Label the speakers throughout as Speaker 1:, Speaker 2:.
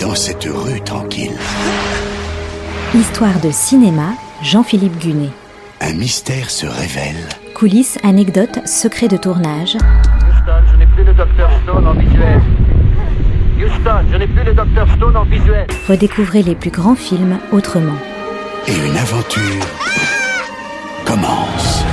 Speaker 1: dans cette rue tranquille.
Speaker 2: Histoire de cinéma, Jean-Philippe Gunet.
Speaker 1: Un mystère se révèle.
Speaker 2: Coulisses, anecdotes, secrets de tournage.
Speaker 3: Houston, je n'ai plus le Dr Stone en visuel. Houston, je n'ai plus le Dr Stone en visuel.
Speaker 2: Redécouvrez les plus grands films autrement.
Speaker 1: Et une aventure commence.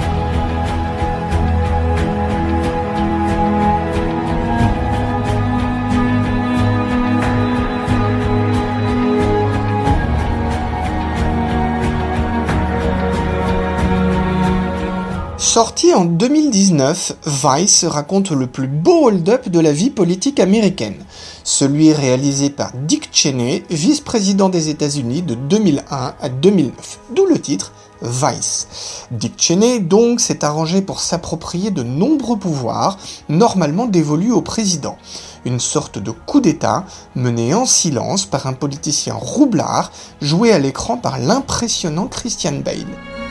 Speaker 4: Sorti en 2019, Vice raconte le plus beau hold-up de la vie politique américaine, celui réalisé par Dick Cheney, vice-président des États-Unis de 2001 à 2009, d'où le titre Vice. Dick Cheney, donc, s'est arrangé pour s'approprier de nombreux pouvoirs, normalement dévolus au président. Une sorte de coup d'État mené en silence par un politicien roublard, joué à l'écran par l'impressionnant Christian Bale.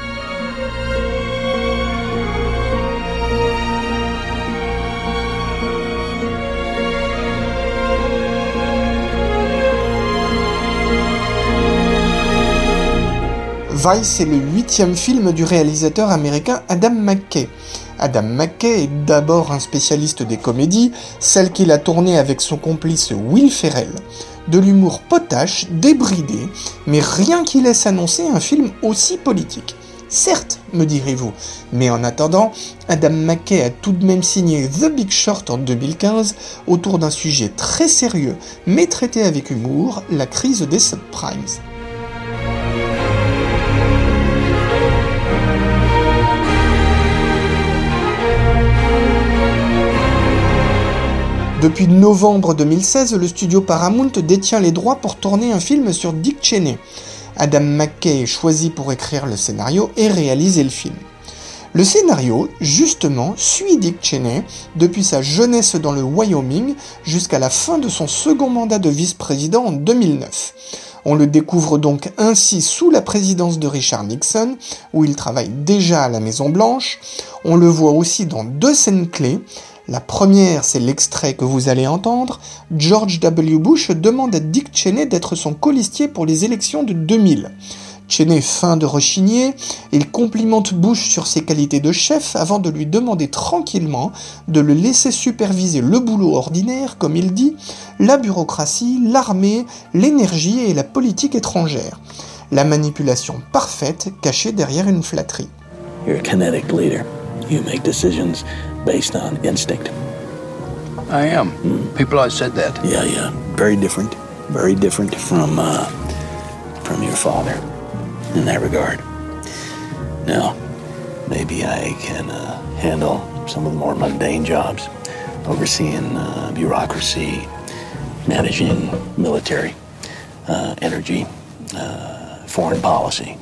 Speaker 4: Vice est le 8e film du réalisateur américain Adam McKay. Adam McKay est d'abord un spécialiste des comédies, celle qu'il a tournée avec son complice Will Ferrell. De l'humour potache, débridé, mais rien qui laisse annoncer un film aussi politique. Certes, me direz-vous, mais en attendant, Adam McKay a tout de même signé The Big Short en 2015 autour d'un sujet très sérieux, mais traité avec humour, la crise des subprimes. Depuis novembre 2016, le studio Paramount détient les droits pour tourner un film sur Dick Cheney. Adam McKay est choisi pour écrire le scénario et réaliser le film. Le scénario, justement, suit Dick Cheney depuis sa jeunesse dans le Wyoming jusqu'à la fin de son second mandat de vice-président en 2009. On le découvre donc ainsi sous la présidence de Richard Nixon, où il travaille déjà à la Maison-Blanche. On le voit aussi dans 2 scènes clés. La première, c'est l'extrait que vous allez entendre. George W. Bush demande à Dick Cheney d'être son colistier pour les élections de 2000. Cheney feint de rechigner, il complimente Bush sur ses qualités de chef avant de lui demander tranquillement de le laisser superviser le boulot ordinaire, comme il dit, la bureaucratie, l'armée, l'énergie et la politique étrangère. La manipulation parfaite cachée derrière une flatterie.
Speaker 5: You're a kinetic leader. You make decisions based on instinct.
Speaker 6: I am. People always said that.
Speaker 5: Yeah. Very different from your father in that regard. Now, maybe I can handle some of the more mundane jobs, overseeing bureaucracy, managing military, energy, foreign policy.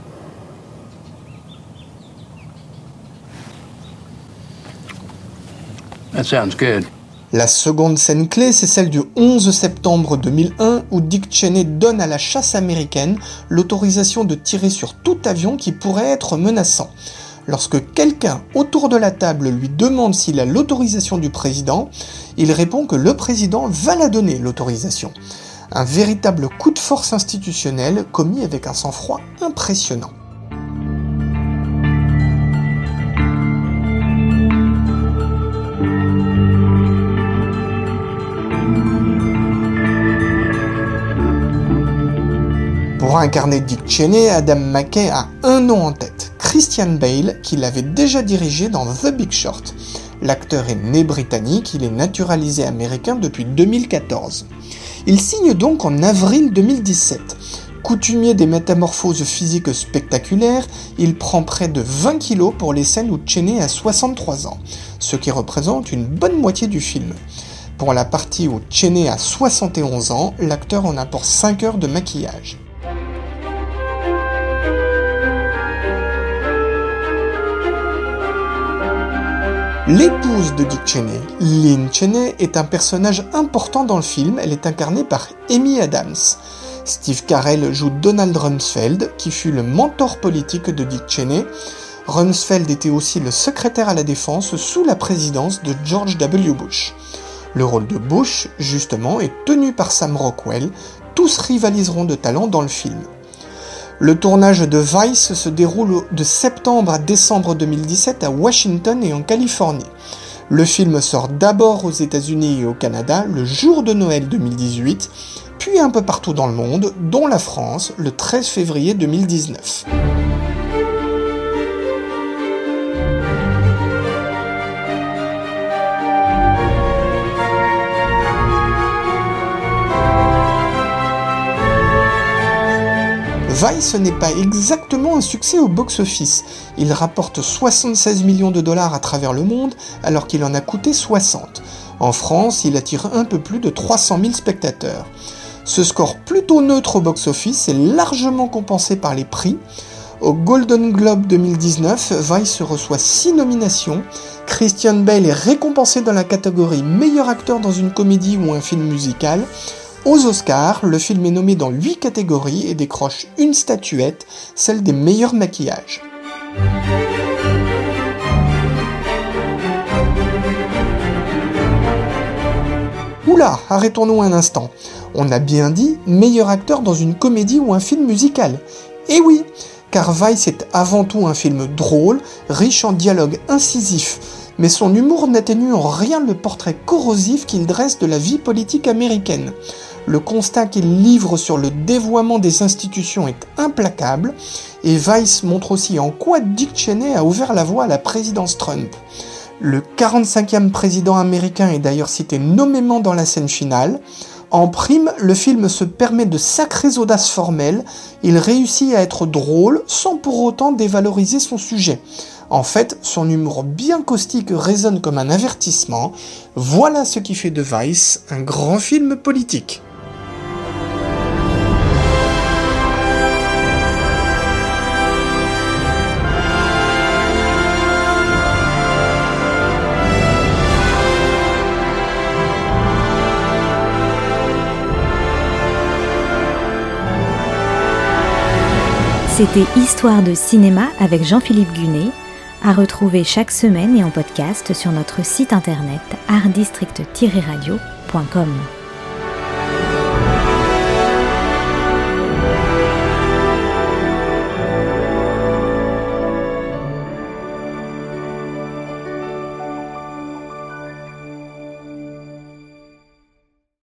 Speaker 6: That sounds good.
Speaker 4: La seconde scène clé, c'est celle du 11 septembre 2001 où Dick Cheney donne à la chasse américaine l'autorisation de tirer sur tout avion qui pourrait être menaçant. Lorsque quelqu'un autour de la table lui demande s'il a l'autorisation du président, il répond que le président va la donner, l'autorisation. Un véritable coup de force institutionnel commis avec un sang-froid impressionnant. Pour incarner Dick Cheney, Adam McKay a un nom en tête, Christian Bale, qui l'avait déjà dirigé dans The Big Short. L'acteur est né britannique, il est naturalisé américain depuis 2014. Il signe donc en avril 2017. Coutumier des métamorphoses physiques spectaculaires, il prend près de 20 kilos pour les scènes où Cheney a 63 ans, ce qui représente une bonne moitié du film. Pour la partie où Cheney a 71 ans, l'acteur en a pour 5 heures de maquillage. L'épouse de Dick Cheney, Lynn Cheney, est un personnage important dans le film. Elle est incarnée par Amy Adams. Steve Carell joue Donald Rumsfeld, qui fut le mentor politique de Dick Cheney. Rumsfeld était aussi le secrétaire à la défense sous la présidence de George W. Bush. Le rôle de Bush, justement, est tenu par Sam Rockwell. Tous rivaliseront de talent dans le film. Le tournage de Vice se déroule de septembre à décembre 2017 à Washington et en Californie. Le film sort d'abord aux États-Unis et au Canada le jour de Noël 2018, puis un peu partout dans le monde, dont la France, le 13 février 2019. Vice n'est pas exactement un succès au box-office. Il rapporte 76 millions de dollars à travers le monde, alors qu'il en a coûté 60. En France, il attire un peu plus de 300 000 spectateurs. Ce score plutôt neutre au box-office est largement compensé par les prix. Au Golden Globe 2019, Vice reçoit 6 nominations. Christian Bale est récompensé dans la catégorie meilleur acteur dans une comédie ou un film musical. Aux Oscars, le film est nommé dans 8 catégories et décroche une statuette, celle des meilleurs maquillages. Oula, arrêtons-nous un instant. On a bien dit meilleur acteur dans une comédie ou un film musical. Eh oui, car Vice est avant tout un film drôle, riche en dialogues incisifs, mais son humour n'atténue en rien le portrait corrosif qu'il dresse de la vie politique américaine. Le constat qu'il livre sur le dévoiement des institutions est implacable, et Vice montre aussi en quoi Dick Cheney a ouvert la voie à la présidence Trump. Le 45e président américain est d'ailleurs cité nommément dans la scène finale. En prime, le film se permet de sacrées audaces formelles, il réussit à être drôle sans pour autant dévaloriser son sujet. En fait, son humour bien caustique résonne comme un avertissement. Voilà ce qui fait de Vice un grand film politique.
Speaker 2: C'était Histoire de cinéma avec Jean-Philippe Gunet, à retrouver chaque semaine et en podcast sur notre site internet artdistrict-radio.com.